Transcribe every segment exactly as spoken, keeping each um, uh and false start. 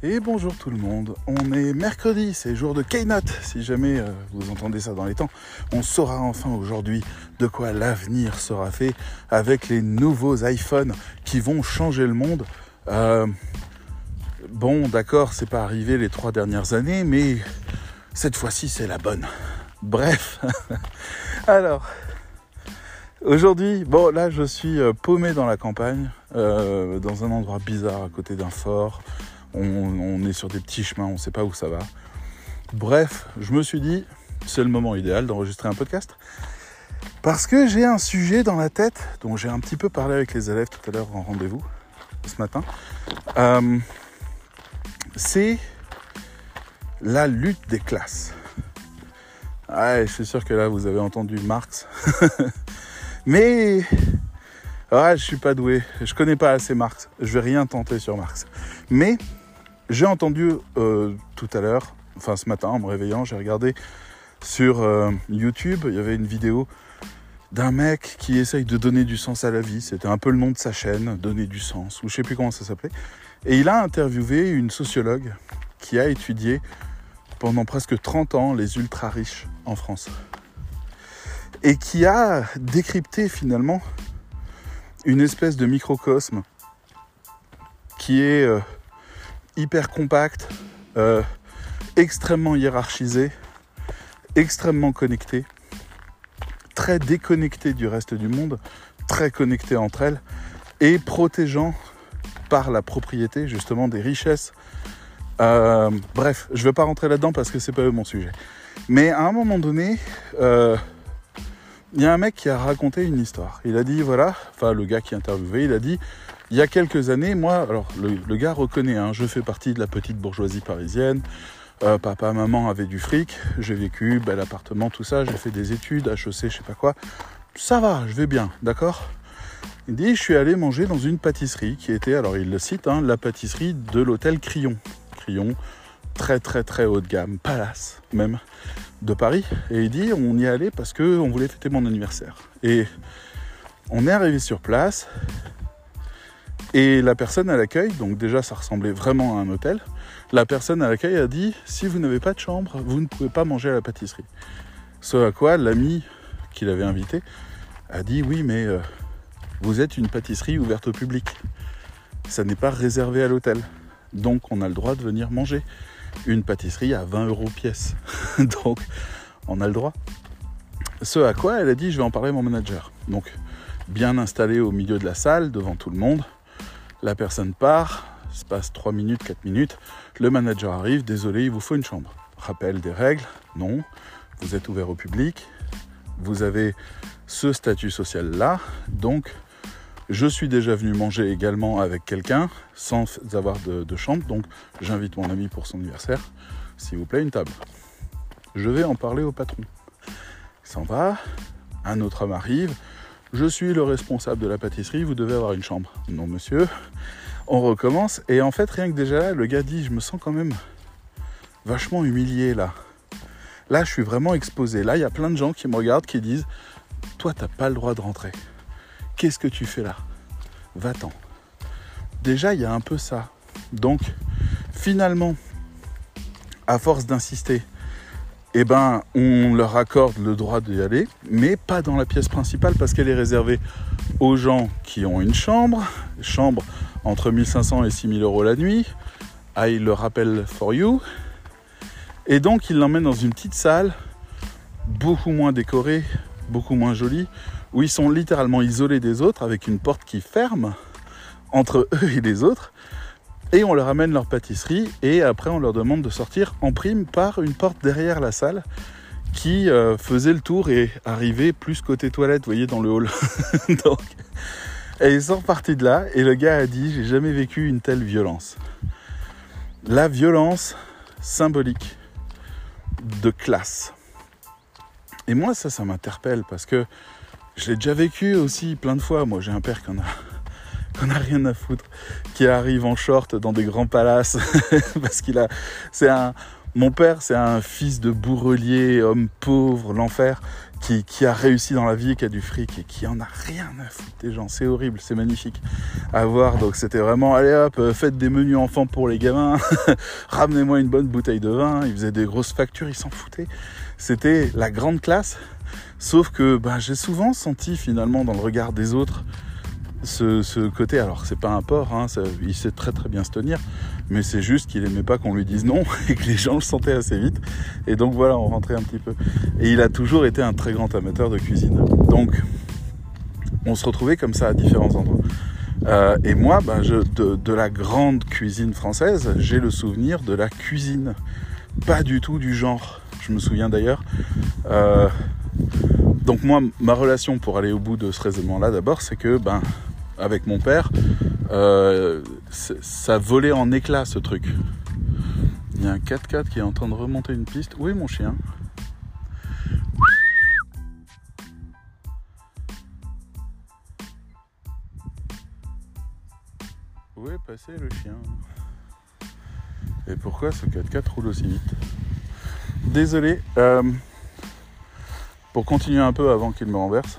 Et bonjour tout le monde, on est mercredi, c'est jour de Keynote, si jamais euh, vous entendez ça dans les temps. On saura enfin aujourd'hui de quoi l'avenir sera fait avec les nouveaux iPhones qui vont changer le monde. Euh, bon d'accord, c'est pas arrivé les trois dernières années, mais cette fois-ci c'est la bonne. Bref, alors... Aujourd'hui, bon là je suis euh, paumé dans la campagne, euh, dans un endroit bizarre à côté d'un fort. On, on est sur des petits chemins, on ne sait pas où ça va. Bref, je me suis dit, c'est le moment idéal d'enregistrer un podcast. Parce que j'ai un sujet dans la tête dont j'ai un petit peu parlé avec les élèves tout à l'heure en rendez-vous, ce matin. Euh, c'est la lutte des classes. Ouais, je suis sûr que là vous avez entendu Marx. Mais ah, je suis pas doué, je connais pas assez Marx, je vais rien tenter sur Marx. Mais j'ai entendu euh, tout à l'heure, enfin ce matin en me réveillant, j'ai regardé sur euh, YouTube, il y avait une vidéo d'un mec qui essaye de donner du sens à la vie. C'était un peu le nom de sa chaîne, donner du sens, ou je sais plus comment ça s'appelait. Et il a interviewé une sociologue qui a étudié pendant presque trente ans les ultra riches en France. Et qui a décrypté finalement une espèce de microcosme qui est euh, hyper compact, euh, extrêmement hiérarchisé, extrêmement connecté, très déconnecté du reste du monde, très connecté entre elles, et protégeant par la propriété justement des richesses. Euh, bref, je ne vais pas rentrer là-dedans parce que c'est pas mon sujet. Mais à un moment donné... Euh, il y a un mec qui a raconté une histoire. Il a dit, voilà, enfin le gars qui a interviewé, il a dit, il y a quelques années, moi, alors le, le gars reconnaît, hein, je fais partie de la petite bourgeoisie parisienne, euh, papa, maman avaient du fric, j'ai vécu, bel appartement, tout ça, j'ai fait des études, H E C, je sais pas quoi, ça va, je vais bien, d'accord ? Il dit, je suis allé manger dans une pâtisserie qui était, alors il le cite, hein, la pâtisserie de l'hôtel Crillon. Crillon, très très très haut de gamme, palace même, de Paris, et il dit on y est allé parce qu'on voulait fêter mon anniversaire. Et on est arrivé sur place, et la personne à l'accueil, donc déjà ça ressemblait vraiment à un hôtel, la personne à l'accueil a dit si vous n'avez pas de chambre, vous ne pouvez pas manger à la pâtisserie. Ce à quoi l'ami qui l'avait invité a dit oui mais euh, vous êtes une pâtisserie ouverte au public, ça n'est pas réservé à l'hôtel, donc on a le droit de venir manger. Une pâtisserie à vingt euros pièce. Donc, on a le droit. Ce à quoi elle a dit, je vais en parler à mon manager. Donc, bien installé au milieu de la salle, devant tout le monde. La personne part, il se passe trois minutes, quatre minutes. Le manager arrive, désolé, il vous faut une chambre. Rappel des règles, non. Vous êtes ouvert au public. Vous avez ce statut social-là. Donc, je suis déjà venu manger également avec quelqu'un sans avoir de, de chambre, donc j'invite mon ami pour son anniversaire. S'il vous plaît, une table. Je vais en parler au patron. Il s'en va, un autre homme arrive. Je suis le responsable de la pâtisserie, vous devez avoir une chambre. Non monsieur, on recommence. Et en fait, rien que déjà là, le gars dit, je me sens quand même vachement humilié là. Là, je suis vraiment exposé. Là, il y a plein de gens qui me regardent, qui disent, toi, t'as pas le droit de rentrer. Qu'est-ce que tu fais là ? Va-t'en. Déjà, il y a un peu ça. Donc, finalement, à force d'insister, eh ben, on leur accorde le droit d'y aller, mais pas dans la pièce principale parce qu'elle est réservée aux gens qui ont une chambre, chambre entre mille cinq cents et six mille euros la nuit. Ah, il le rappelle for you. Et donc, il l'emmène dans une petite salle, beaucoup moins décorée, beaucoup moins jolie, où ils sont littéralement isolés des autres, avec une porte qui ferme entre eux et les autres, et on leur amène leur pâtisserie, et après on leur demande de sortir en prime par une porte derrière la salle, qui euh, faisait le tour et arrivait plus côté toilette, vous voyez, dans le hall. Donc, et ils sont repartis de là, et le gars a dit, j'ai jamais vécu une telle violence. La violence symbolique de classe. Et moi, ça, ça m'interpelle, parce que je l'ai déjà vécu aussi plein de fois. Moi, j'ai un père qui en a, qui en a rien à foutre, qui arrive en short dans des grands palaces, parce qu'il a... C'est un... Mon père, c'est un fils de bourrelier, homme pauvre, l'enfer, qui, qui a réussi dans la vie, qui a du fric et qui en a rien à foutre des gens. C'est horrible, c'est magnifique à voir. Donc c'était vraiment, allez hop, faites des menus enfants pour les gamins, ramenez-moi une bonne bouteille de vin. Il faisait des grosses factures, il s'en foutait. C'était la grande classe, sauf que ben, j'ai souvent senti finalement dans le regard des autres Ce, ce côté, alors c'est pas un porc, hein, ça, il sait très très bien se tenir, mais c'est juste qu'il aimait pas qu'on lui dise non et que les gens le sentaient assez vite. Et donc voilà, on rentrait un petit peu. Et il a toujours été un très grand amateur de cuisine. Donc on se retrouvait comme ça à différents endroits. Euh, et moi, ben, je, de, de la grande cuisine française, j'ai le souvenir de la cuisine, pas du tout du genre. Je me souviens d'ailleurs. Euh, donc moi, ma relation pour aller au bout de ce raisonnement-là, d'abord, c'est que ben avec mon père, euh, ça volait en éclats ce truc. Il y a un quatre-quatre qui est en train de remonter une piste. Où est mon chien ? Où est passé le chien ? Et pourquoi ce quatre-quatre roule aussi vite ? Désolé. Euh, pour continuer un peu avant qu'il me renverse.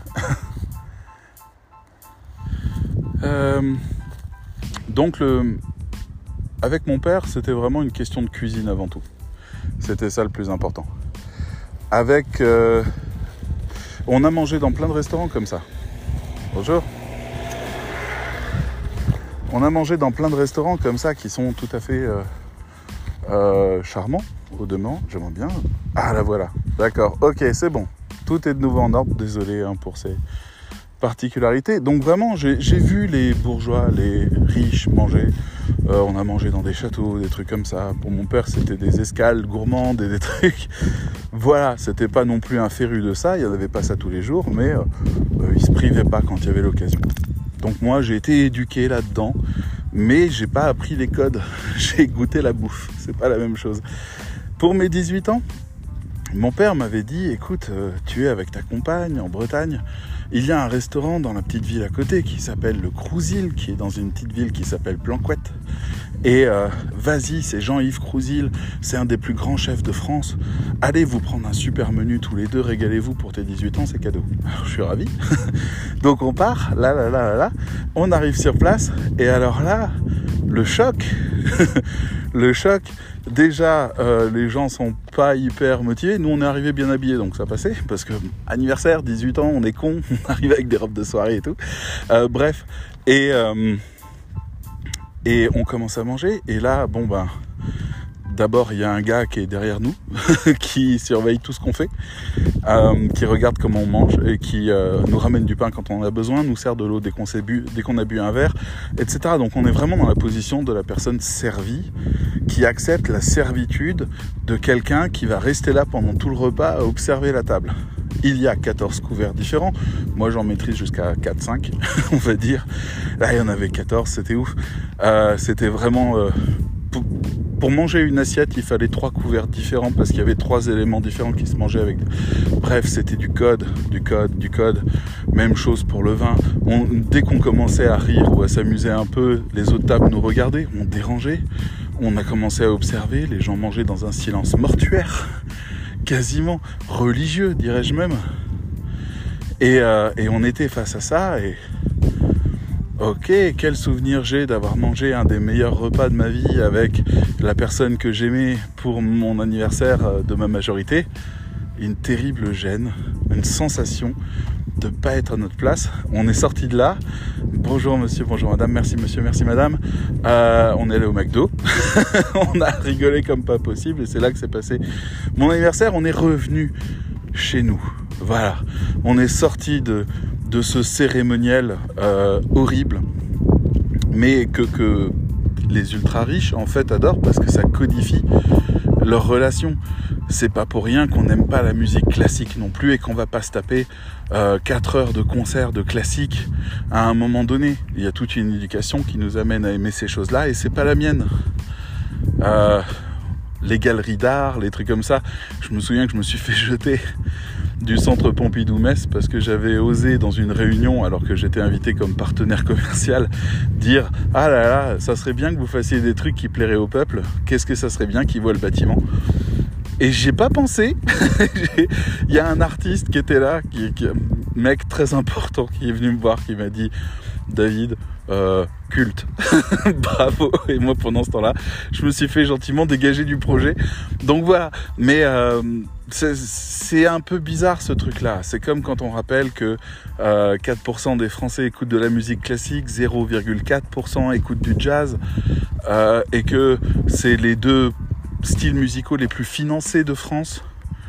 Euh, donc le, avec mon père, c'était vraiment une question de cuisine avant tout. C'était ça le plus important. Avec, euh, on a mangé dans plein de restaurants comme ça. Bonjour. On a mangé dans plein de restaurants comme ça qui sont tout à fait euh, euh, charmants au demeurant. J'aimerais bien. Ah la voilà. D'accord. Ok, c'est bon. Tout est de nouveau en ordre. Désolé hein, pour ces particularité. Donc vraiment, j'ai, j'ai vu les bourgeois, les riches manger. Euh, on a mangé dans des châteaux, des trucs comme ça. Pour mon père, c'était des escales gourmandes et des trucs. Voilà, c'était pas non plus un féru de ça. Il n'y en avait pas ça tous les jours, mais euh, euh, il se privait pas quand il y avait l'occasion. Donc moi, j'ai été éduqué là-dedans, mais j'ai pas appris les codes. J'ai goûté la bouffe. C'est pas la même chose. Pour mes dix-huit ans, mon père m'avait dit, écoute, euh, tu es avec ta compagne en Bretagne. Il y a un restaurant dans la petite ville à côté qui s'appelle le Crouzil, qui est dans une petite ville qui s'appelle Planquette. Et euh, vas-y, c'est Jean-Yves Crouzil, c'est un des plus grands chefs de France. Allez vous prendre un super menu tous les deux, régalez-vous pour tes dix-huit ans, c'est cadeau. Alors je suis ravi. Donc on part, là, là, là, là, là. On arrive sur place, et alors là, le choc, le choc. Déjà, euh, les gens sont pas hyper motivés. Nous, on est arrivés bien habillés, donc ça passait. Parce que anniversaire, dix-huit ans, on est cons. On arrive avec des robes de soirée et tout. Euh, bref. Et, euh, et on commence à manger. Et là, bon ben... D'abord, il y a un gars qui est derrière nous, qui surveille tout ce qu'on fait, euh, qui regarde comment on mange et qui euh, nous ramène du pain quand on en a besoin, nous sert de l'eau dès qu'on, s'est bu, dès qu'on a bu un verre, et cetera. Donc on est vraiment dans la position de la personne servie, qui accepte la servitude de quelqu'un qui va rester là pendant tout le repas à observer la table. Il y a quatorze couverts différents. Moi, j'en maîtrise jusqu'à quatre cinq, on va dire. Là, il y en avait quatorze, c'était ouf. Euh, c'était vraiment... Euh, pour, Pour manger une assiette, il fallait trois couverts différents parce qu'il y avait trois éléments différents qui se mangeaient avec. Bref, c'était du code, du code, du code. Même chose pour le vin. On, dès qu'on commençait à rire ou à s'amuser un peu, les autres tables nous regardaient, on dérangeait. On a commencé à observer, les gens mangeaient dans un silence mortuaire, quasiment religieux, dirais-je même. Et, euh, et on était face à ça et... Ok, quel souvenir j'ai d'avoir mangé un des meilleurs repas de ma vie avec la personne que j'aimais pour mon anniversaire de ma majorité. Une terrible gêne, une sensation de ne pas être à notre place. On est sorti de là. Bonjour monsieur, bonjour madame, merci monsieur, merci madame. Euh, on est allé au McDo. On a rigolé comme pas possible et c'est là que s'est passé mon anniversaire. On est revenu chez nous. Voilà, on est sorti de... de ce cérémoniel euh, horrible, mais que, que les ultra riches en fait adorent parce que ça codifie leur relation. C'est pas pour rien qu'on n'aime pas la musique classique non plus et qu'on va pas se taper euh, quatre heures de concert de classique à un moment donné. Il y a toute une éducation qui nous amène à aimer ces choses-là et c'est pas la mienne. Euh, les galeries d'art, les trucs comme ça, je me souviens que je me suis fait jeter du centre Pompidou-Metz parce que j'avais osé dans une réunion, alors que j'étais invité comme partenaire commercial, dire « Ah là là, ça serait bien que vous fassiez des trucs qui plairaient au peuple, qu'est-ce que ça serait bien qu'ils voient le bâtiment ?» Et j'ai pas pensé. Il y a un artiste qui était là, qui, qui, un mec très important qui est venu me voir, qui m'a dit « David, euh, culte, bravo !» Et moi, pendant ce temps-là, je me suis fait gentiment dégager du projet. Donc voilà, mais euh, c'est, c'est un peu bizarre ce truc-là. C'est comme quand on rappelle que euh, quatre pour cent des Français écoutent de la musique classique, zéro virgule quatre pour cent écoutent du jazz, euh, et que c'est les deux styles musicaux les plus financés de France.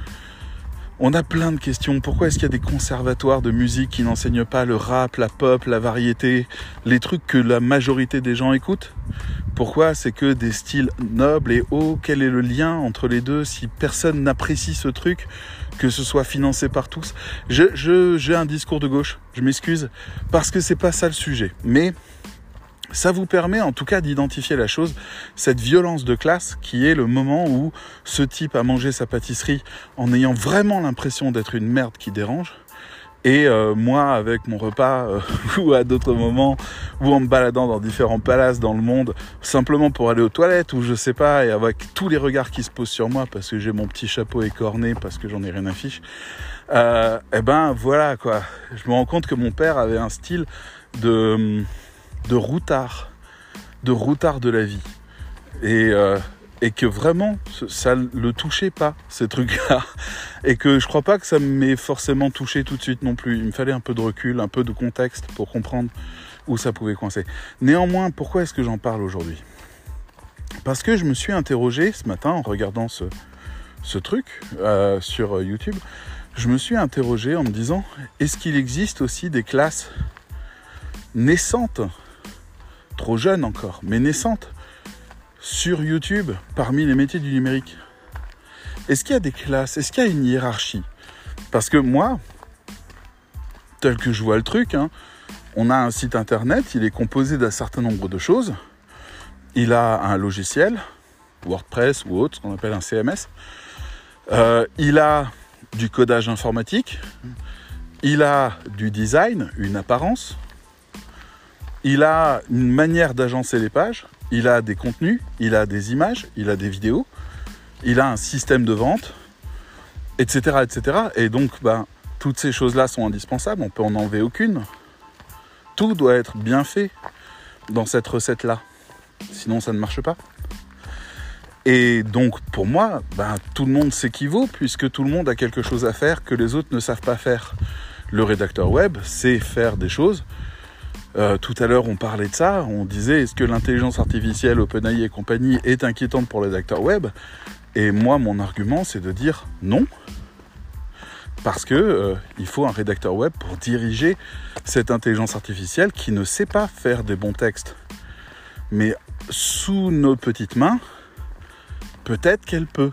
On a plein de questions. Pourquoi est-ce qu'il y a des conservatoires de musique qui n'enseignent pas le rap, la pop, la variété, les trucs que la majorité des gens écoutent ? Pourquoi c'est que des styles nobles et hauts ? Quel est le lien entre les deux si personne n'apprécie ce truc, que ce soit financé par tous ? je, je, J'ai un discours de gauche, je m'excuse, parce que c'est pas ça le sujet. Mais ça vous permet en tout cas d'identifier la chose, cette violence de classe qui est le moment où ce type a mangé sa pâtisserie en ayant vraiment l'impression d'être une merde qui dérange. Et euh, moi, avec mon repas, euh, ou à d'autres moments, ou en me baladant dans différents palaces dans le monde, simplement pour aller aux toilettes, ou je sais pas, et avec tous les regards qui se posent sur moi, parce que j'ai mon petit chapeau écorné, parce que j'en ai rien à fiche, euh, et ben voilà quoi. Je me rends compte que mon père avait un style de... de routard, de routard de la vie. Et, euh, et que vraiment, ça le touchait pas, ces trucs-là. Et que je crois pas que ça m'ait forcément touché tout de suite non plus. Il me fallait un peu de recul, un peu de contexte pour comprendre où ça pouvait coincer. Néanmoins, pourquoi est-ce que j'en parle aujourd'hui ? Parce que je me suis interrogé ce matin en regardant ce, ce truc euh, sur YouTube. Je me suis interrogé en me disant, est-ce qu'il existe aussi des classes naissantes, trop jeune encore, mais naissante, sur YouTube, parmi les métiers du numérique ? Est-ce qu'il y a des classes ? Est-ce qu'il y a une hiérarchie ? Parce que moi, tel que je vois le truc, hein, on a un site internet, il est composé d'un certain nombre de choses. Il a un logiciel, WordPress ou autre, ce qu'on appelle un C M S. Euh, il a du codage informatique. Il a du design, une apparence. Il a une manière d'agencer les pages, il a des contenus, il a des images, il a des vidéos, il a un système de vente, et cetera, et cetera. Et donc, ben, toutes ces choses-là sont indispensables, on peut en enlever aucune. Tout doit être bien fait dans cette recette-là, sinon ça ne marche pas. Et donc, pour moi, ben, tout le monde s'équivaut, puisque tout le monde a quelque chose à faire que les autres ne savent pas faire. Le rédacteur web sait faire des choses. Euh, tout à l'heure, on parlait de ça, on disait, est-ce que l'intelligence artificielle, OpenAI et compagnie est inquiétante pour le rédacteur web ? Et moi, mon argument, c'est de dire non, parce que euh, il faut un rédacteur web pour diriger cette intelligence artificielle qui ne sait pas faire des bons textes. Mais sous nos petites mains, peut-être qu'elle peut.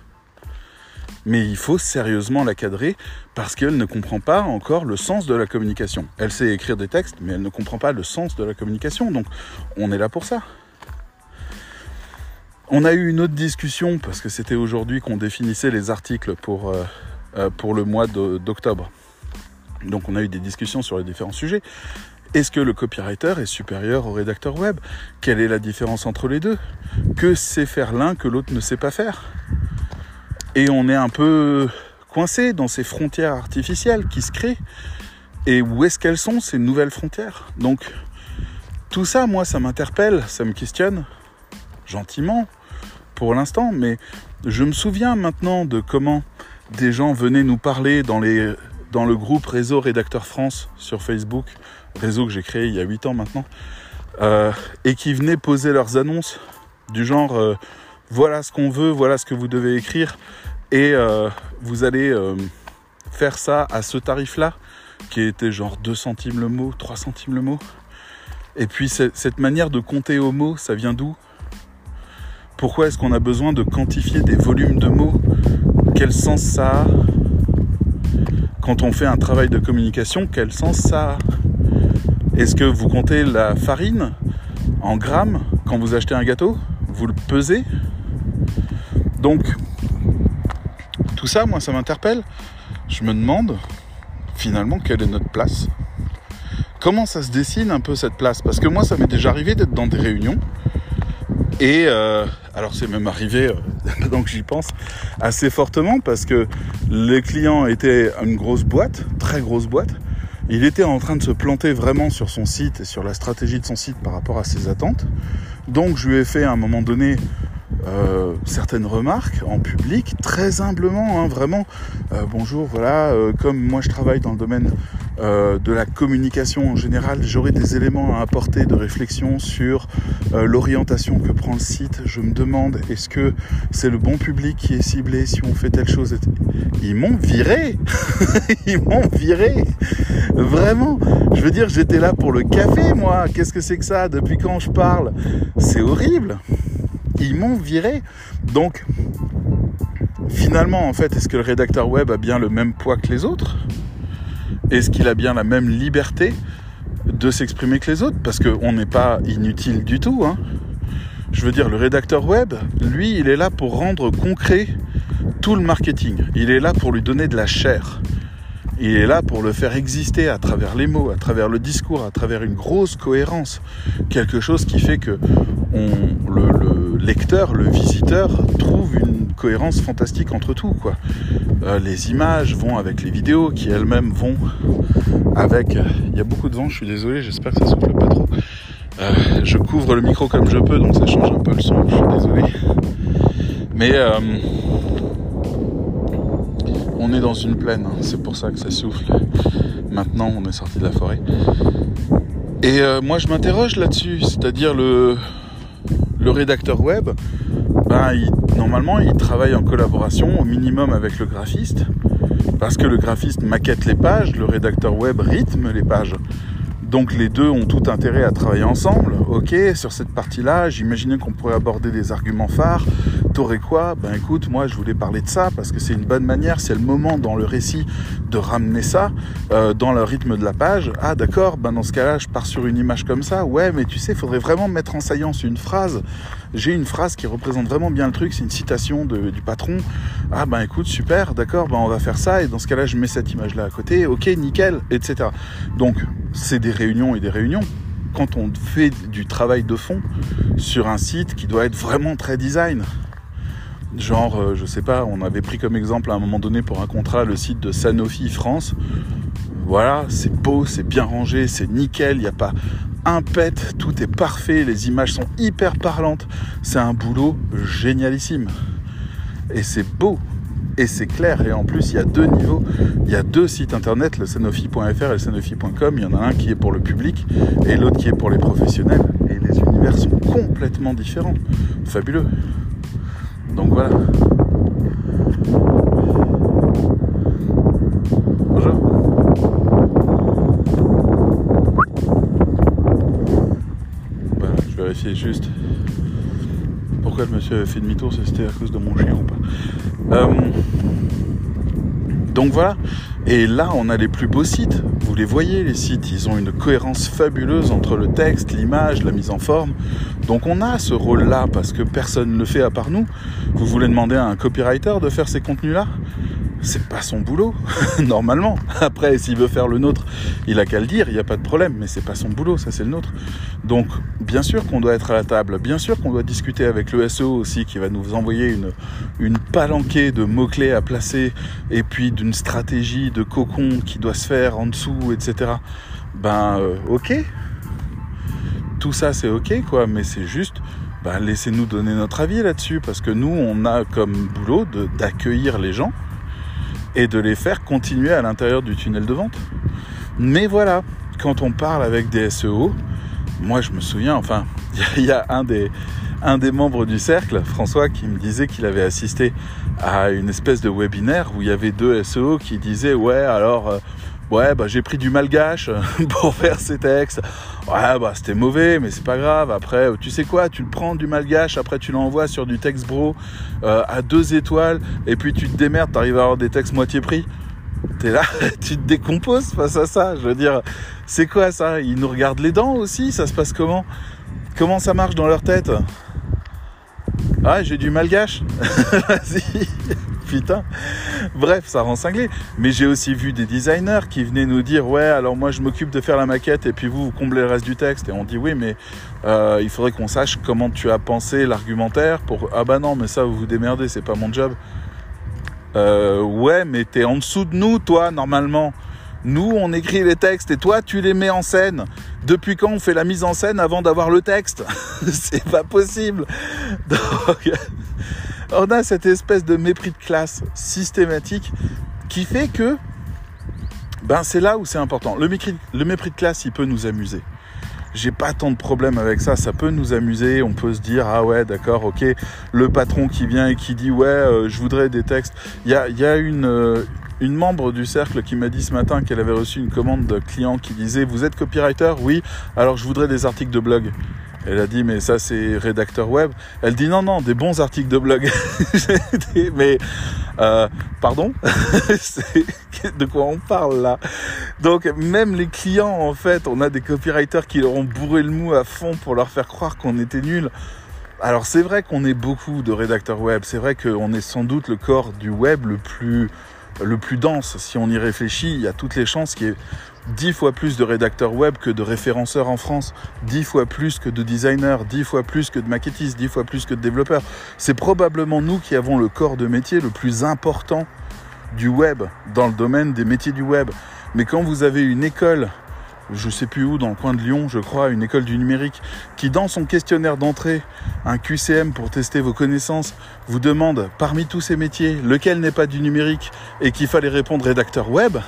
Mais il faut sérieusement la cadrer parce qu'elle ne comprend pas encore le sens de la communication. Elle sait écrire des textes, mais elle ne comprend pas le sens de la communication. Donc, on est là pour ça. On a eu une autre discussion, parce que c'était aujourd'hui qu'on définissait les articles pour, euh, euh, pour le mois de, d'octobre. Donc, on a eu des discussions sur les différents sujets. Est-ce que le copywriter est supérieur au rédacteur web ? Quelle est la différence entre les deux ? Que sait faire l'un que l'autre ne sait pas faire ? Et on est un peu coincé dans ces frontières artificielles qui se créent. Et où est-ce qu'elles sont, ces nouvelles frontières ? Donc, tout ça, moi, ça m'interpelle, ça me questionne, gentiment, pour l'instant. Mais je me souviens maintenant de comment des gens venaient nous parler dans, les, dans le groupe Réseau Rédacteur France sur Facebook, réseau que j'ai créé il y a huit ans maintenant, euh, et qui venaient poser leurs annonces du genre... Euh, voilà ce qu'on veut, voilà ce que vous devez écrire, et euh, vous allez euh, faire ça à ce tarif-là, qui était genre deux centimes le mot, trois centimes le mot. Et puis cette manière de compter au mot, ça vient d'où ? Pourquoi est-ce qu'on a besoin de quantifier des volumes de mots ? Quel sens ça a ? Quand on fait un travail de communication, quel sens ça a ? Est-ce que vous comptez la farine en grammes quand vous achetez un gâteau ? Vous le pesez ? Donc, tout ça, moi, ça m'interpelle je me demande finalement quelle est notre place. Comment ça se dessine un peu cette place? Parce que moi, ça m'est déjà arrivé d'être dans des réunions. Et euh, alors c'est même arrivé, euh, maintenant que j'y pense, assez fortement parce que les clients étaient une grosse boîte, très grosse boîte. Il était en train de se planter vraiment sur son site et sur la stratégie de son site par rapport à ses attentes. Donc je lui ai fait à un moment donné euh, certaines remarques en public, très humblement, hein, vraiment. Euh, bonjour, voilà, euh, comme moi je travaille dans le domaine euh, de la communication en général, j'aurai des éléments à apporter de réflexion sur euh, l'orientation que prend le site. Je me demande, est-ce que c'est le bon public qui est ciblé si on fait telle chose? Ils m'ont viré. Ils m'ont viré. Vraiment. Je veux dire, j'étais là pour le café, moi. Qu'est-ce que c'est que ça? Depuis quand je parle? C'est horrible. Ils m'ont viré. Donc, finalement, en fait, est-ce que le rédacteur web a bien le même poids que les autres? Est-ce qu'il a bien la même liberté de s'exprimer que les autres? Parce qu'on n'est pas inutile du tout, hein. Je veux dire, le rédacteur web, lui, il est là pour rendre concret tout le marketing. Il est là pour lui donner de la chair. Il est là pour le faire exister à travers les mots, à travers le discours, à travers une grosse cohérence. Quelque chose qui fait que on, le, le lecteur, le visiteur, trouve une cohérence fantastique entre tout, quoi. Euh, les images vont avec les vidéos, qui elles-mêmes vont avec... Il y a beaucoup de vent, je suis désolé, j'espère que ça souffle pas trop. Euh, je couvre le micro comme je peux, donc ça change un peu le son, je suis désolé. Mais... Euh, on est dans une plaine, hein, c'est pour ça que ça souffle. Maintenant, on est sorti de la forêt. Et euh, moi, je m'interroge là-dessus, c'est-à-dire le, le rédacteur web, ben, il, normalement, il travaille en collaboration au minimum avec le graphiste, parce que le graphiste maquette les pages, le rédacteur web rythme les pages. Donc les deux ont tout intérêt à travailler ensemble. Ok, sur cette partie-là, j'imaginais qu'on pourrait aborder des arguments phares. T'aurais quoi? Ben écoute, moi je voulais parler de ça parce que c'est une bonne manière, c'est le moment dans le récit de ramener ça euh, dans le rythme de la page. Ah d'accord, ben dans ce cas-là, je pars sur une image comme ça. Ouais, mais tu sais, il faudrait vraiment mettre en saillance une phrase. J'ai une phrase qui représente vraiment bien le truc, c'est une citation de, du patron. Ah ben écoute, super, d'accord, ben on va faire ça et dans ce cas-là, je mets cette image-là à côté. Ok, nickel, et cetera. Donc c'est des réunions et des réunions. Quand on fait du travail de fond sur un site qui doit être vraiment très design, genre, euh, je sais pas, on avait pris comme exemple à un moment donné pour un contrat le site de Sanofi France. Voilà, c'est beau, c'est bien rangé, c'est nickel, il n'y a pas un pet, tout est parfait, les images sont hyper parlantes. C'est un boulot génialissime. Et c'est beau. Et c'est clair, et en plus il y a deux niveaux, il y a deux sites internet, le sanofi point f r et le sanofi point com, il y en a un qui est pour le public et l'autre qui est pour les professionnels, et les univers sont complètement différents, fabuleux. Donc voilà. Bonjour. Bah, je vérifiais juste pourquoi le monsieur avait fait demi-tour, si c'était à cause de mon chien ou pas. Euh, donc voilà, et là on a les plus beaux sites, vous les voyez les sites, ils ont une cohérence fabuleuse entre le texte, l'image, la mise en forme, donc on a ce rôle-là parce que personne ne le fait à part nous. Vous voulez demander à un copywriter de faire ces contenus-là? C'est pas son boulot, normalement. Après, s'il veut faire le nôtre, il a qu'à le dire, il n'y a pas de problème, mais c'est pas son boulot, ça c'est le nôtre. Donc, bien sûr qu'on doit être à la table, bien sûr qu'on doit discuter avec le S E O aussi, qui va nous envoyer une, une palanquée de mots-clés à placer, et puis d'une stratégie de cocon qui doit se faire en dessous, et cetera. Ben, euh, ok. Tout ça, c'est ok, quoi, mais c'est juste... Ben, laissez-nous donner notre avis là-dessus, parce que nous, on a comme boulot de, d'accueillir les gens, et de les faire continuer à l'intérieur du tunnel de vente. Mais voilà, quand on parle avec des S E O, moi je me souviens, enfin, il y, y a un des, un des membres du cercle, François, qui me disait qu'il avait assisté à une espèce de webinaire où il y avait deux S E O qui disaient « Ouais, alors, euh, ouais, bah j'ai pris du malgache pour faire ces textes. Ouais, bah c'était mauvais, mais c'est pas grave. Après, tu sais quoi, tu le prends du malgache, après tu l'envoies sur du texte bro euh, à deux étoiles, et puis tu te démerdes, t'arrives à avoir des textes moitié prix. T'es là, tu te décomposes face à ça. Je veux dire, c'est quoi ça? Ils nous regardent les dents aussi, ça se passe comment? Comment ça marche dans leur tête? Ah, j'ai du malgache. Vas-y, Putain. Bref, ça rend cinglé. Mais j'ai aussi vu des designers qui venaient nous dire « Ouais, alors moi je m'occupe de faire la maquette et puis vous, vous comblez le reste du texte. » Et on dit « Oui, mais euh, il faudrait qu'on sache comment tu as pensé l'argumentaire pour... » « Ah bah non, mais ça, vous vous démerdez, c'est pas mon job. » Euh, ouais, mais t'es en dessous de nous, toi, normalement. Nous, on écrit les textes et toi, tu les mets en scène. Depuis quand on fait la mise en scène avant d'avoir le texte? C'est pas possible. Donc, on a cette espèce de mépris de classe systématique qui fait que ben, c'est là où c'est important. Le mépris, le mépris de classe, il peut nous amuser. J'ai pas tant de problèmes avec ça, ça peut nous amuser, on peut se dire ah ouais d'accord ok, le patron qui vient et qui dit ouais euh, je voudrais des textes. Il y a, y a une, euh, une membre du cercle qui m'a dit ce matin qu'elle avait reçu une commande de client qui disait vous êtes copywriter? Oui, alors je voudrais des articles de blog. Elle a dit mais ça c'est rédacteur web. Elle dit non non des bons articles de blog. dit, mais euh, pardon de quoi on parle là? Donc même les clients en fait, on a des copywriters qui leur ont bourré le mou à fond pour leur faire croire qu'on était nuls. Alors c'est vrai qu'on est beaucoup de rédacteurs web, c'est vrai qu'on est sans doute le corps du web le plus le plus dense. Si on y réfléchit, il y a toutes les chances qu'il y ait dix fois plus de rédacteurs web que de référenceurs en France, dix fois plus que de designers, dix fois plus que de maquettistes, dix fois plus que de développeurs. C'est probablement nous qui avons le corps de métier le plus important du web, dans le domaine des métiers du web. Mais quand vous avez une école, je sais plus où, dans le coin de Lyon, je crois, une école du numérique, qui dans son questionnaire d'entrée, un Q C M pour tester vos connaissances, vous demande parmi tous ces métiers, lequel n'est pas du numérique, et qu'il fallait répondre rédacteur web,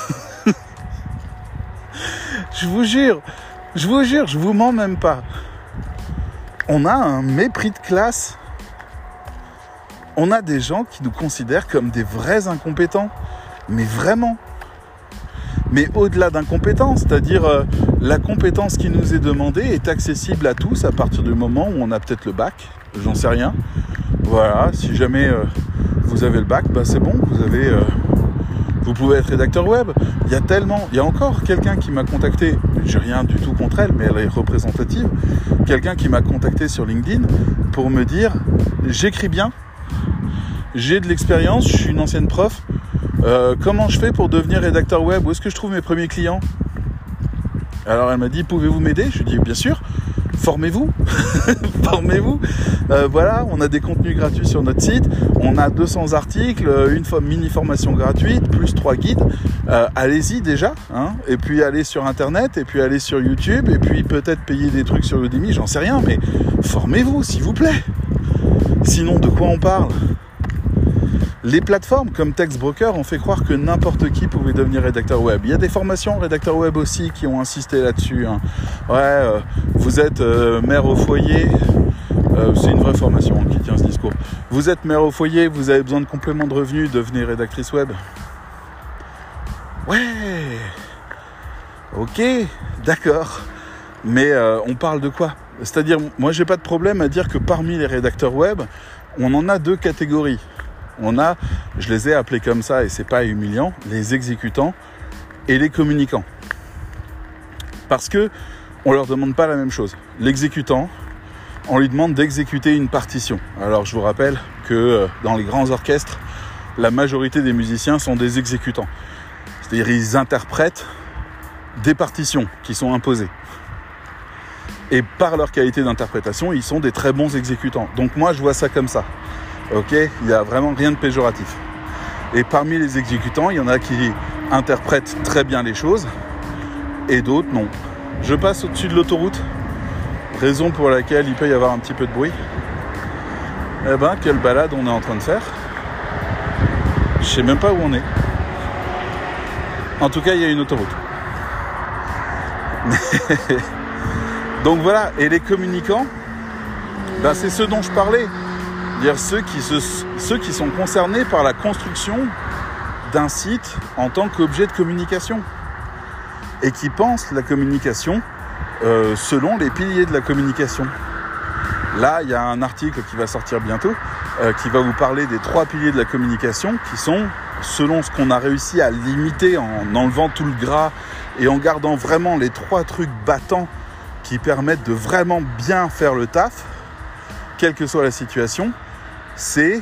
je vous jure, je vous jure, je vous mens même pas. On a un mépris de classe. On a des gens qui nous considèrent comme des vrais incompétents, mais vraiment. Mais au-delà d'incompétence, c'est-à-dire euh, la compétence qui nous est demandée est accessible à tous à partir du moment où on a peut-être le bac, j'en sais rien. Voilà, si jamais euh, vous avez le bac, bah c'est bon, vous avez, euh, vous pouvez être rédacteur web. Il y a tellement, il y a encore quelqu'un qui m'a contacté, j'ai rien du tout contre elle, mais elle est représentative, quelqu'un qui m'a contacté sur LinkedIn pour me dire, j'écris bien, j'ai de l'expérience, je suis une ancienne prof. Euh, comment je fais pour devenir rédacteur web? Où est-ce que je trouve mes premiers clients? Alors elle m'a dit, pouvez-vous m'aider? Je lui ai dit, bien sûr, formez-vous, formez-vous. Euh, voilà, on a des contenus gratuits sur notre site, on a deux cents articles, une mini-formation gratuite, plus trois guides. Euh, allez-y déjà, hein, et puis allez sur Internet, et puis allez sur YouTube, et puis peut-être payer des trucs sur Udemy, j'en sais rien, mais formez-vous, s'il vous plaît. Sinon, de quoi on parle? Les plateformes comme Textbroker ont fait croire que n'importe qui pouvait devenir rédacteur web. Il y a des formations rédacteur web aussi qui ont insisté là-dessus. Hein. Ouais, euh, vous êtes euh, mère au foyer. Euh, c'est une vraie formation hein, qui tient ce discours. Vous êtes mère au foyer, vous avez besoin de complément de revenus, devenez rédactrice web. Ouais. Ok, d'accord. Mais euh, on parle de quoi? C'est-à-dire, moi j'ai pas de problème à dire que parmi les rédacteurs web, on en a deux catégories. On a, je les ai appelés comme ça et c'est pas humiliant, les exécutants et les communicants. Parce que on leur demande pas la même chose. L'exécutant, on lui demande d'exécuter une partition. Alors je vous rappelle que dans les grands orchestres, la majorité des musiciens sont des exécutants. C'est-à-dire ils interprètent des partitions qui sont imposées. Et par leur qualité d'interprétation, ils sont des très bons exécutants. Donc moi je vois ça comme ça. Ok, il n'y a vraiment rien de péjoratif. Et parmi les exécutants, il y en a qui interprètent très bien les choses et d'autres non. Je passe au-dessus de l'autoroute, raison pour laquelle il peut y avoir un petit peu de bruit. Eh ben, quelle balade on est en train de faire. Je sais même pas où on est. En tout cas, il y a une autoroute. Donc voilà, et les communicants, ben, c'est ceux dont je parlais. C'est-à-dire ceux qui, se, ceux qui sont concernés par la construction d'un site en tant qu'objet de communication et qui pensent la communication euh, selon les piliers de la communication. Là, il y a un article qui va sortir bientôt euh, qui va vous parler des trois piliers de la communication qui sont, selon ce qu'on a réussi à limiter en enlevant tout le gras et en gardant vraiment les trois trucs battants qui permettent de vraiment bien faire le taf, quelle que soit la situation, c'est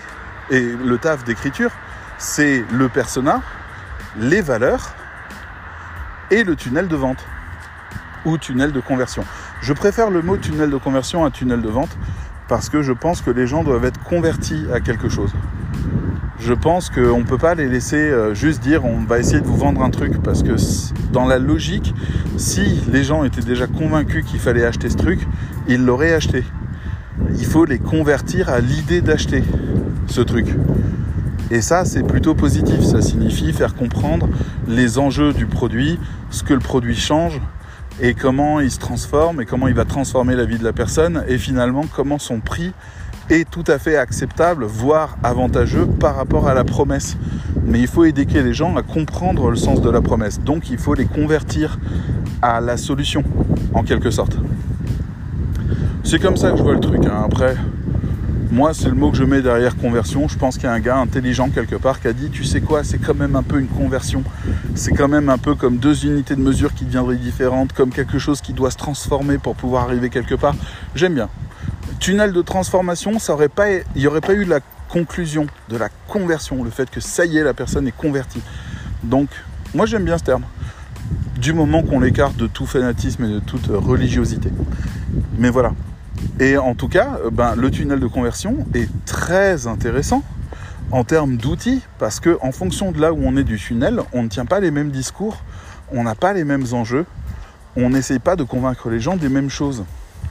Et le taf d'écriture, c'est le persona, les valeurs et le tunnel de vente ou tunnel de conversion. Je préfère le mot tunnel de conversion à tunnel de vente parce que je pense que les gens doivent être convertis à quelque chose. Je pense qu'on ne peut pas les laisser juste dire on va essayer de vous vendre un truc parce que dans la logique, si les gens étaient déjà convaincus qu'il fallait acheter ce truc, ils l'auraient acheté. Il faut les convertir à l'idée d'acheter ce truc. Et ça, c'est plutôt positif. Ça signifie faire comprendre les enjeux du produit, ce que le produit change et comment il se transforme et comment il va transformer la vie de la personne et finalement comment son prix est tout à fait acceptable, voire avantageux par rapport à la promesse. Mais il faut éduquer les gens à comprendre le sens de la promesse. Donc, il faut les convertir à la solution, en quelque sorte. C'est comme ça que je vois le truc. Hein. Après, moi, c'est le mot que je mets derrière conversion. Je pense qu'il y a un gars intelligent quelque part qui a dit, tu sais quoi, c'est quand même un peu une conversion. C'est quand même un peu comme deux unités de mesure qui deviendraient différentes, comme quelque chose qui doit se transformer pour pouvoir arriver quelque part. J'aime bien. Tunnel de transformation, ça aurait pas, il n'y aurait pas eu la conclusion de la conversion, le fait que ça y est, la personne est convertie. Donc, moi j'aime bien ce terme, du moment qu'on l'écarte de tout fanatisme et de toute religiosité. Mais voilà. Et en tout cas, ben, le tunnel de conversion est très intéressant en termes d'outils, parce qu'en fonction de là où on est du tunnel, on ne tient pas les mêmes discours, on n'a pas les mêmes enjeux, on n'essaye pas de convaincre les gens des mêmes choses.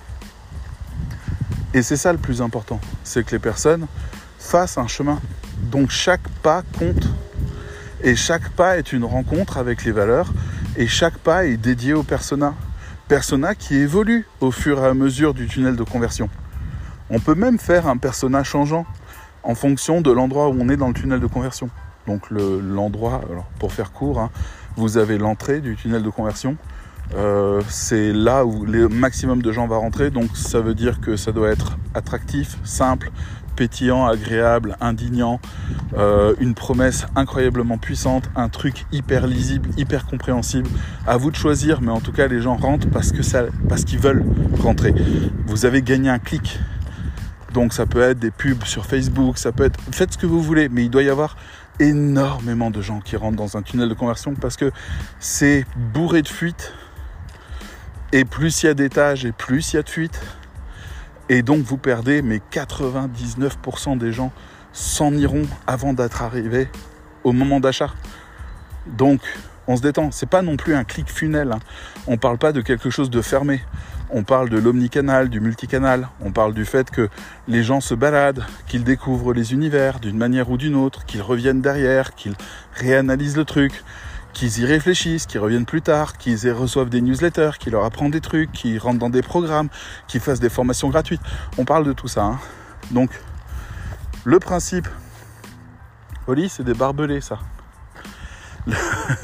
Et c'est ça le plus important, c'est que les personnes fassent un chemin. Donc chaque pas compte. Et chaque pas est une rencontre avec les valeurs. Et chaque pas est dédié au persona. Persona qui évolue au fur et à mesure du tunnel de conversion. On peut même faire un persona changeant en fonction de l'endroit où on est dans le tunnel de conversion. Donc le, l'endroit, alors pour faire court, hein, vous avez l'entrée du tunnel de conversion. Euh, c'est là où le maximum de gens va rentrer, donc ça veut dire que ça doit être attractif, simple, pétillant, agréable, indignant, euh, une promesse incroyablement puissante, un truc hyper lisible, hyper compréhensible. À vous de choisir, mais en tout cas les gens rentrent parce que ça, parce qu'ils veulent rentrer. Vous avez gagné un clic, donc ça peut être des pubs sur Facebook, ça peut être, faites ce que vous voulez, mais il doit y avoir énormément de gens qui rentrent dans un tunnel de conversion parce que c'est bourré de fuites. Et plus il y a d'étages et plus il y a de fuites. Et donc vous perdez, mais quatre-vingt-dix-neuf pour cent des gens s'en iront avant d'être arrivés au moment d'achat. Donc on se détend. C'est pas non plus un clic funnel. Hein. On parle pas de quelque chose de fermé. On parle de l'omnicanal, du multicanal. On parle du fait que les gens se baladent, qu'ils découvrent les univers d'une manière ou d'une autre, qu'ils reviennent derrière, qu'ils réanalysent le truc, qu'ils y réfléchissent, qu'ils reviennent plus tard, qu'ils reçoivent des newsletters, qu'ils leur apprennent des trucs, qu'ils rentrent dans des programmes, qu'ils fassent des formations gratuites. On parle de tout ça. Hein. Donc, le principe... Oli, c'est des barbelés, ça. Le...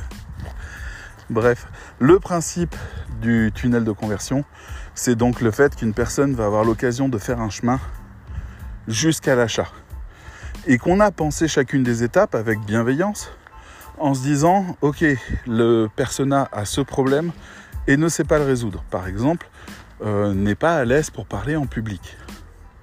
Bref, le principe du tunnel de conversion, c'est donc le fait qu'une personne va avoir l'occasion de faire un chemin jusqu'à l'achat. Et qu'on a pensé chacune des étapes avec bienveillance, en se disant, ok, le persona a ce problème et ne sait pas le résoudre. Par exemple, euh, n'est pas à l'aise pour parler en public. D'accord ?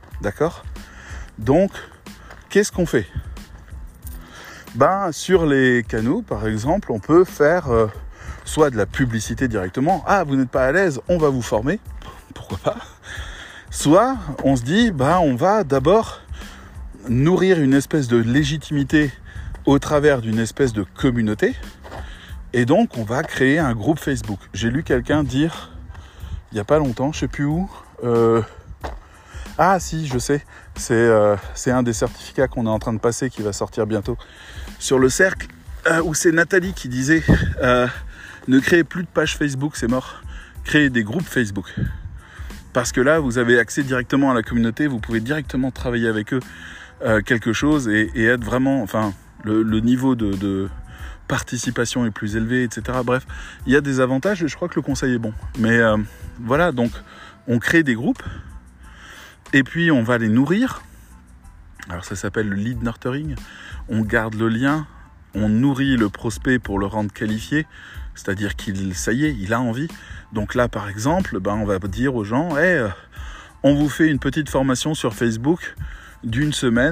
Donc, qu'est-ce qu'on fait ? Ben, sur les canaux, par exemple, on peut faire euh, soit de la publicité directement. Ah, vous n'êtes pas à l'aise, on va vous former. Pourquoi pas ? Soit, on se dit, ben, on va d'abord nourrir une espèce de légitimité au travers d'une espèce de communauté, et donc on va créer un groupe Facebook. J'ai lu quelqu'un dire, il n'y a pas longtemps, je ne sais plus où, euh, ah si, je sais, c'est, euh, c'est un des certificats qu'on est en train de passer qui va sortir bientôt, sur le cercle, euh, où c'est Nathalie qui disait, euh, ne créez plus de page Facebook, c'est mort, créez des groupes Facebook. Parce que là, vous avez accès directement à la communauté, vous pouvez directement travailler avec eux euh, quelque chose et, et être vraiment, enfin, Le, le niveau de, de participation est plus élevé, et cetera. Bref, il y a des avantages et je crois que le conseil est bon. Mais euh, voilà, donc on crée des groupes et puis on va les nourrir. Alors ça s'appelle le lead nurturing. On garde le lien, on nourrit le prospect pour le rendre qualifié, c'est-à-dire qu'il, ça y est, il a envie. Donc là, par exemple, ben, on va dire aux gens, hey, on vous fait une petite formation sur Facebook d'une semaine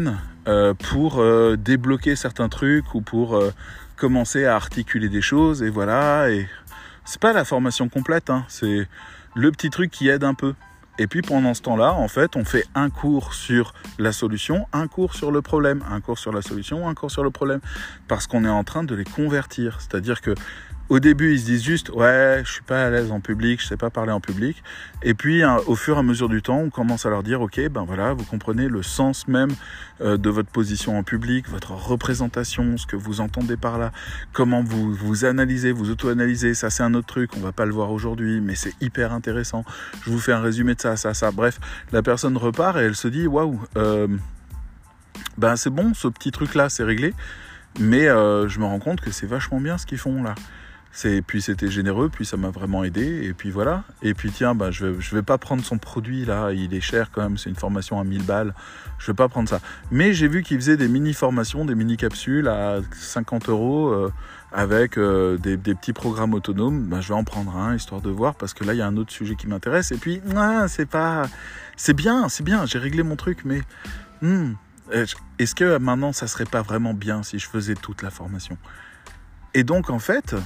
euh, pour euh, débloquer certains trucs ou pour euh, commencer à articuler des choses, et voilà. Et c'est pas la formation complète, hein, c'est le petit truc qui aide un peu. Et puis pendant ce temps-là, en fait, on fait un cours sur la solution, un cours sur le problème, un cours sur la solution, un cours sur le problème, parce qu'on est en train de les convertir. C'est-à-dire que au début, ils se disent juste « ouais, je suis pas à l'aise en public, je sais pas parler en public ». Et puis, hein, au fur et à mesure du temps, on commence à leur dire « ok, ben voilà, vous comprenez le sens même euh, de votre position en public, votre représentation, ce que vous entendez par là, comment vous vous analysez, vous auto-analysez, ça c'est un autre truc, on va pas le voir aujourd'hui, mais c'est hyper intéressant. Je vous fais un résumé de ça, ça, ça. » Bref, la personne repart et elle se dit « waouh, euh, ben c'est bon, ce petit truc-là, c'est réglé, mais euh, je me rends compte que c'est vachement bien ce qu'ils font là. » C'est, puis c'était généreux, puis ça m'a vraiment aidé, et puis voilà. Et puis tiens, bah, je vais, je vais pas prendre son produit là, il est cher quand même, c'est une formation à mille balles, je vais pas prendre ça. Mais j'ai vu qu'il faisait des mini-formations, des mini-capsules à cinquante euros euh, avec euh, des, des petits programmes autonomes. Bah, je vais en prendre un, histoire de voir, parce que là, il y a un autre sujet qui m'intéresse. Et puis, ah, c'est pas... C'est bien, c'est bien, j'ai réglé mon truc, mais... Hmm, est-ce que maintenant, ça serait pas vraiment bien si je faisais toute la formation ? Et donc, en fait...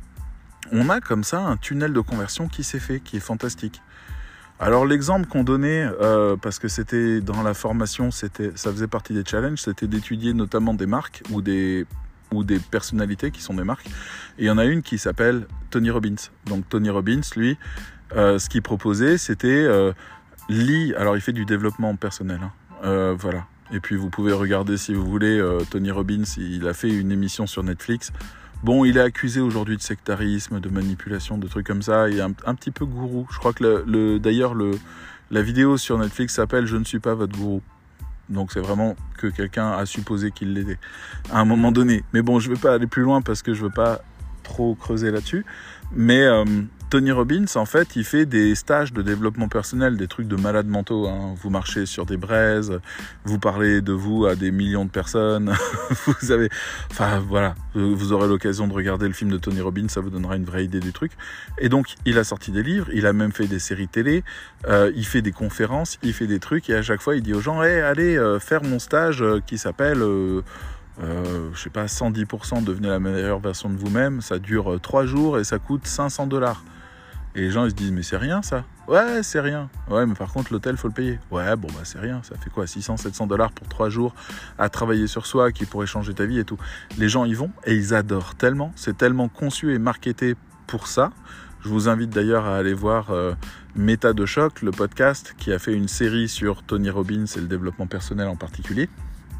on a comme ça un tunnel de conversion qui s'est fait, qui est fantastique. Alors l'exemple qu'on donnait, euh, parce que c'était dans la formation, c'était, ça faisait partie des challenges, c'était d'étudier notamment des marques ou des, ou des personnalités qui sont des marques. Et il y en a une qui s'appelle Tony Robbins. Donc Tony Robbins, lui, euh, ce qu'il proposait, c'était euh, lit. Alors il fait du développement personnel, hein, euh, voilà. Et puis vous pouvez regarder si vous voulez. Euh, Tony Robbins, il a fait une émission sur Netflix. Bon, il est accusé aujourd'hui de sectarisme, de manipulation, de trucs comme ça. Il est un, un petit peu gourou. Je crois que le, le, d'ailleurs, le, la vidéo sur Netflix s'appelle « Je ne suis pas votre gourou ». Donc c'est vraiment que quelqu'un a supposé qu'il l'était à un moment donné. Mais bon, je ne vais pas aller plus loin parce que je ne veux pas trop creuser là-dessus. Mais euh, Tony Robbins, en fait, il fait des stages de développement personnel, des trucs de malades mentaux. Hein. Vous marchez sur des braises, vous parlez de vous à des millions de personnes. Vous avez, enfin voilà, vous aurez l'occasion de regarder le film de Tony Robbins, ça vous donnera une vraie idée du truc. Et donc, il a sorti des livres, il a même fait des séries télé, euh, il fait des conférences, il fait des trucs, et à chaque fois, il dit aux gens, hey, allez euh, faire mon stage euh, qui s'appelle... Euh, Euh, je sais pas, cent dix pour cent devenez la meilleure version de vous-même, ça dure euh, trois jours et ça coûte cinq cents dollars. Et les gens ils se disent mais c'est rien ça. Ouais c'est rien. Ouais mais par contre l'hôtel faut le payer. Ouais bon bah c'est rien, ça fait quoi six cents sept cents dollars pour trois jours à travailler sur soi qui pourrait changer ta vie et tout. Les gens y vont et ils adorent tellement, c'est tellement conçu et marketé pour ça. Je vous invite d'ailleurs à aller voir euh, Méta de Choc, le podcast qui a fait une série sur Tony Robbins et le développement personnel en particulier.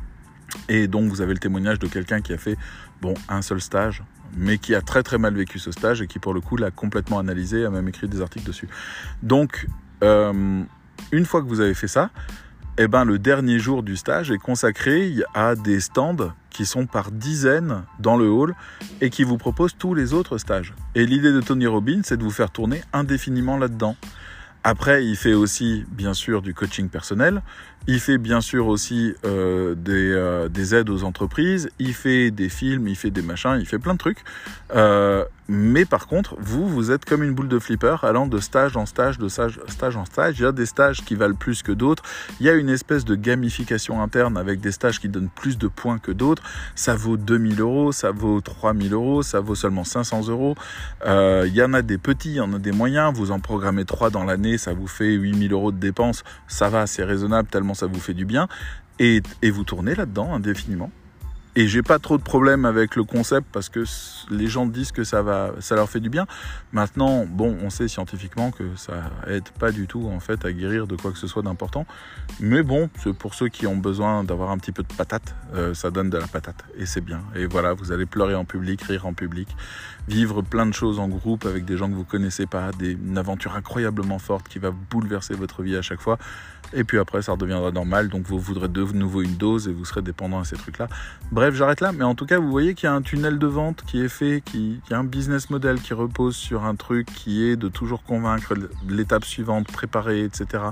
Et donc vous avez le témoignage de quelqu'un qui a fait bon un seul stage, mais qui a très très mal vécu ce stage et qui pour le coup l'a complètement analysé, a même écrit des articles dessus. Donc euh, une fois que vous avez fait ça, eh ben le dernier jour du stage est consacré à des stands qui sont par dizaines dans le hall et qui vous proposent tous les autres stages. Et l'idée de Tony Robbins, c'est de vous faire tourner indéfiniment là-dedans. Après, il fait aussi, bien sûr, du coaching personnel. Il fait, bien sûr, aussi euh, des, euh, des aides aux entreprises. Il fait des films, il fait des machins, il fait plein de trucs. Euh, mais par contre, vous, vous êtes comme une boule de flipper allant de stage en stage, de stage, stage en stage. Il y a des stages qui valent plus que d'autres. Il y a une espèce de gamification interne avec des stages qui donnent plus de points que d'autres. Ça vaut deux mille euros, ça vaut trois mille euros, ça vaut seulement cinq cents euros. Euh, il y en a des petits, il y en a des moyens. Vous en programmez trois dans l'année, ça vous fait huit mille euros de dépenses. Ça va, c'est raisonnable tellement ça vous fait du bien. Et, et vous tournez là-dedans indéfiniment. Et j'ai pas trop de problème avec le concept parce que les gens disent que ça va, ça leur fait du bien. Maintenant, bon, on sait scientifiquement que ça aide pas du tout en fait à guérir de quoi que ce soit d'important. Mais bon, c'est pour ceux qui ont besoin d'avoir un petit peu de patate, euh, ça donne de la patate et c'est bien. Et voilà, vous allez pleurer en public, rire en public, vivre plein de choses en groupe avec des gens que vous connaissez pas, des, une aventure incroyablement forte qui va bouleverser votre vie à chaque fois. Et puis après, ça redeviendra normal, donc vous voudrez de nouveau une dose et vous serez dépendant à ces trucs-là. Bref, j'arrête là, mais en tout cas, vous voyez qu'il y a un tunnel de vente qui est fait, qui, qui a un business model qui repose sur un truc qui est de toujours convaincre l'étape suivante, préparer, et cetera.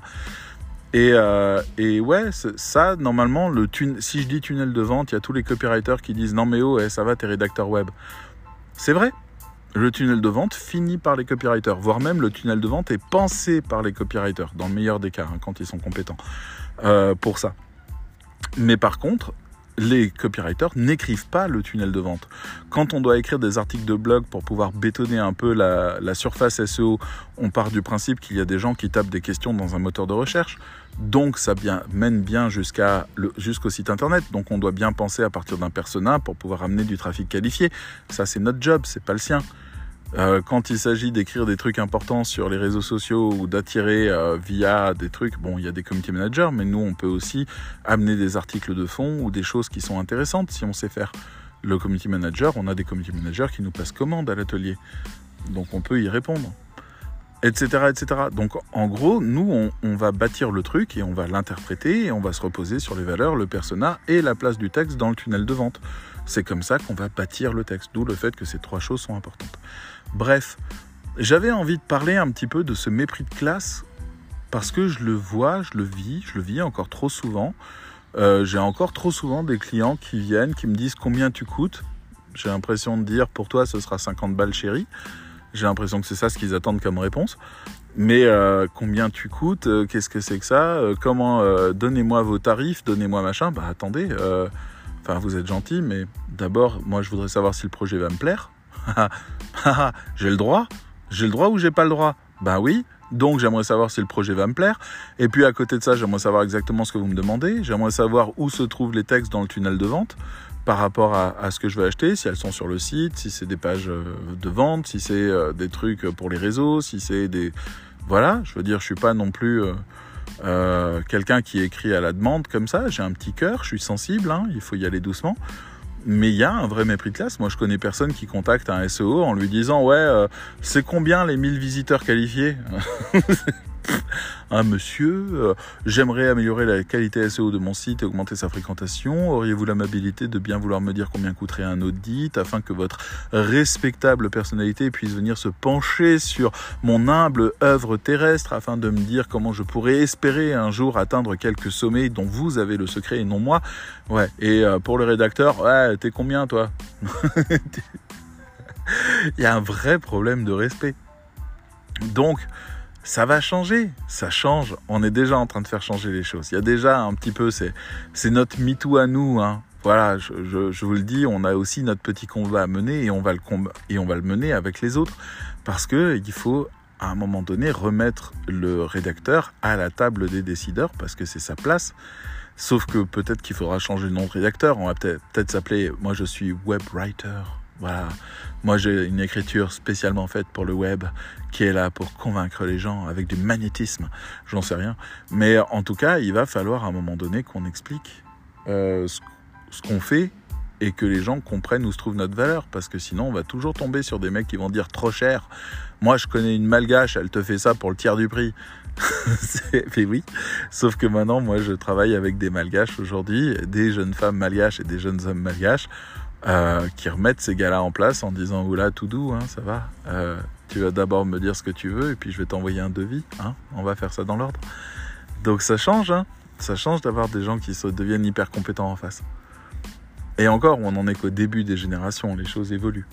Et, euh, et ouais, ça, normalement, le tun- si je dis tunnel de vente, il y a tous les copywriters qui disent « Non mais oh, eh, ça va, t'es rédacteur web ». C'est vrai. Le tunnel de vente finit par les copywriters, voire même le tunnel de vente est pensé par les copywriters, dans le meilleur des cas, hein, quand ils sont compétents euh, pour ça. Mais par contre, les copywriters n'écrivent pas le tunnel de vente. Quand on doit écrire des articles de blog pour pouvoir bétonner un peu la, la surface S E O, on part du principe qu'il y a des gens qui tapent des questions dans un moteur de recherche. Donc ça bien, mène bien jusqu'à le, jusqu'au site internet. Donc on doit bien penser à partir d'un persona pour pouvoir amener du trafic qualifié. Ça c'est notre job, c'est pas le sien. Euh, quand il s'agit d'écrire des trucs importants sur les réseaux sociaux ou d'attirer euh, via des trucs, bon, il y a des community managers, mais nous, on peut aussi amener des articles de fond ou des choses qui sont intéressantes si on sait faire. Le community manager, on a des community managers qui nous passent commande à l'atelier. Donc, on peut y répondre, et cetera, et cetera. Donc, en gros, nous, on, on va bâtir le truc et on va l'interpréter et on va se reposer sur les valeurs, le persona et la place du texte dans le tunnel de vente. C'est comme ça qu'on va bâtir le texte, d'où le fait que ces trois choses sont importantes. Bref, j'avais envie de parler un petit peu de ce mépris de classe parce que je le vois, je le vis, je le vis encore trop souvent. Euh, j'ai encore trop souvent des clients qui viennent, qui me disent combien tu coûtes. J'ai l'impression de dire pour toi ce sera cinquante balles chérie. J'ai l'impression que c'est ça ce qu'ils attendent comme réponse. Mais euh, combien tu coûtes, euh, qu'est-ce que c'est que ça, euh, comment, euh, donnez-moi vos tarifs, donnez-moi machin. Bah attendez, euh, enfin vous êtes gentil, mais d'abord moi je voudrais savoir si le projet va me plaire. J'ai le droit J'ai le droit ou j'ai pas le droit? Ben oui, donc j'aimerais savoir si le projet va me plaire. Et puis à côté de ça, j'aimerais savoir exactement ce que vous me demandez. J'aimerais savoir où se trouvent les textes dans le tunnel de vente par rapport à, à ce que je veux acheter, si elles sont sur le site, si c'est des pages de vente, si c'est euh, des trucs pour les réseaux, si c'est des... Voilà, je veux dire, je suis pas non plus euh, euh, quelqu'un qui écrit à la demande comme ça. J'ai un petit cœur, je suis sensible, hein, il faut y aller doucement. Mais il y a un vrai mépris de classe. Moi, je connais personne qui contacte un S E O en lui disant « Ouais, euh, c'est combien les mille visiteurs qualifiés ?» Un monsieur, euh, j'aimerais améliorer la qualité S E O de mon site et augmenter sa fréquentation. Auriez-vous l'amabilité de bien vouloir me dire combien coûterait un audit afin que votre respectable personnalité puisse venir se pencher sur mon humble œuvre terrestre afin de me dire comment je pourrais espérer un jour atteindre quelques sommets dont vous avez le secret et non moi. Ouais. Et euh, pour le rédacteur, ouais, t'es combien toi? Il y a un vrai problème de respect. Donc, ça va changer, ça change, on est déjà en train de faire changer les choses. Il y a déjà un petit peu, c'est, c'est notre MeToo à nous, hein. Voilà, je, je, je vous le dis, on a aussi notre petit combat à mener et on va le combat, et on va le mener avec les autres. Parce que il faut, à un moment donné, remettre le rédacteur à la table des décideurs parce que c'est sa place. Sauf que peut-être qu'il faudra changer le nom de rédacteur, on va peut-être, peut-être s'appeler, moi je suis web writer. Voilà, moi j'ai une écriture spécialement faite pour le web qui est là pour convaincre les gens avec du magnétisme, j'en sais rien. Mais en tout cas, il va falloir à un moment donné qu'on explique euh, ce, ce qu'on fait et que les gens comprennent où se trouve notre valeur. Parce que sinon, on va toujours tomber sur des mecs qui vont dire trop cher. Moi, je connais une malgache, elle te fait ça pour le tiers du prix. Mais oui, sauf que maintenant, moi, je travaille avec des malgaches aujourd'hui, des jeunes femmes malgaches et des jeunes hommes malgaches. Euh, qui remettent ces gars-là en place en disant « Oula, tout doux, hein, ça va. Euh, tu vas d'abord me dire ce que tu veux et puis je vais t'envoyer un devis. Hein, on va faire ça dans l'ordre. » Donc ça change, hein, ça change d'avoir des gens qui se deviennent hyper compétents en face. Et encore, on n'en est qu'au début des générations, les choses évoluent.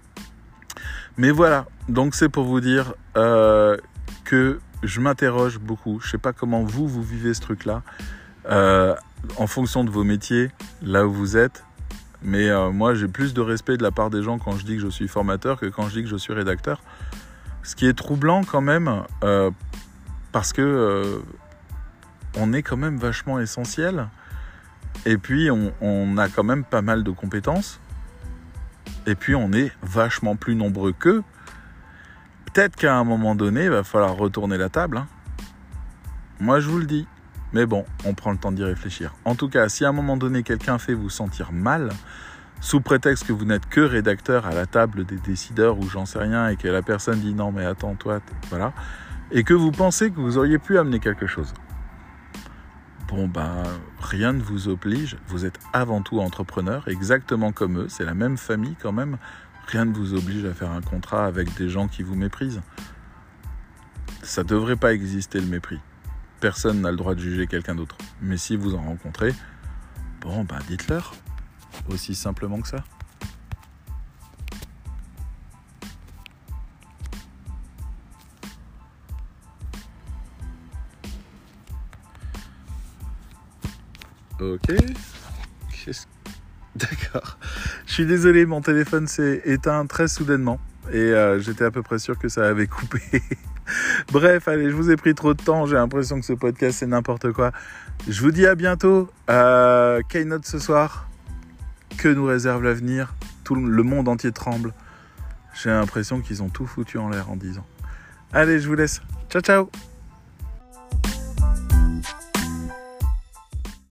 Mais voilà, donc c'est pour vous dire euh, que je m'interroge beaucoup. Je ne sais pas comment vous, vous vivez ce truc-là, euh, en fonction de vos métiers, là où vous êtes. Mais euh, moi, j'ai plus de respect de la part des gens quand je dis que je suis formateur que quand je dis que je suis rédacteur. Ce qui est troublant quand même, euh, parce que euh, on est quand même vachement essentiel. Et puis, on, on a quand même pas mal de compétences. Et puis, on est vachement plus nombreux qu'eux. Peut-être qu'à un moment donné, il va falloir retourner la table. Hein. Moi, je vous le dis. Mais bon, on prend le temps d'y réfléchir. En tout cas, si à un moment donné, quelqu'un fait vous sentir mal, sous prétexte que vous n'êtes que rédacteur à la table des décideurs ou j'en sais rien, et que la personne dit « Non, mais attends, toi, voilà », et que vous pensez que vous auriez pu amener quelque chose. Bon, ben, rien ne vous oblige. Vous êtes avant tout entrepreneur, exactement comme eux. C'est la même famille quand même. Rien ne vous oblige à faire un contrat avec des gens qui vous méprisent. Ça ne devrait pas exister, le mépris. Personne n'a le droit de juger quelqu'un d'autre. Mais si vous en rencontrez, bon, ben dites-leur. Aussi simplement que ça. Ok. Ok. Qu'est-ce... D'accord. Je suis désolé, mon téléphone s'est éteint très soudainement et euh, j'étais à peu près sûr que ça avait coupé. Bref, allez, je vous ai pris trop de temps. J'ai l'impression que ce podcast, c'est n'importe quoi. Je vous dis à bientôt. Euh, Keynote ce soir. Que nous réserve l'avenir? Tout le monde entier tremble. J'ai l'impression qu'ils ont tout foutu en l'air en disant. Allez, je vous laisse. Ciao, ciao.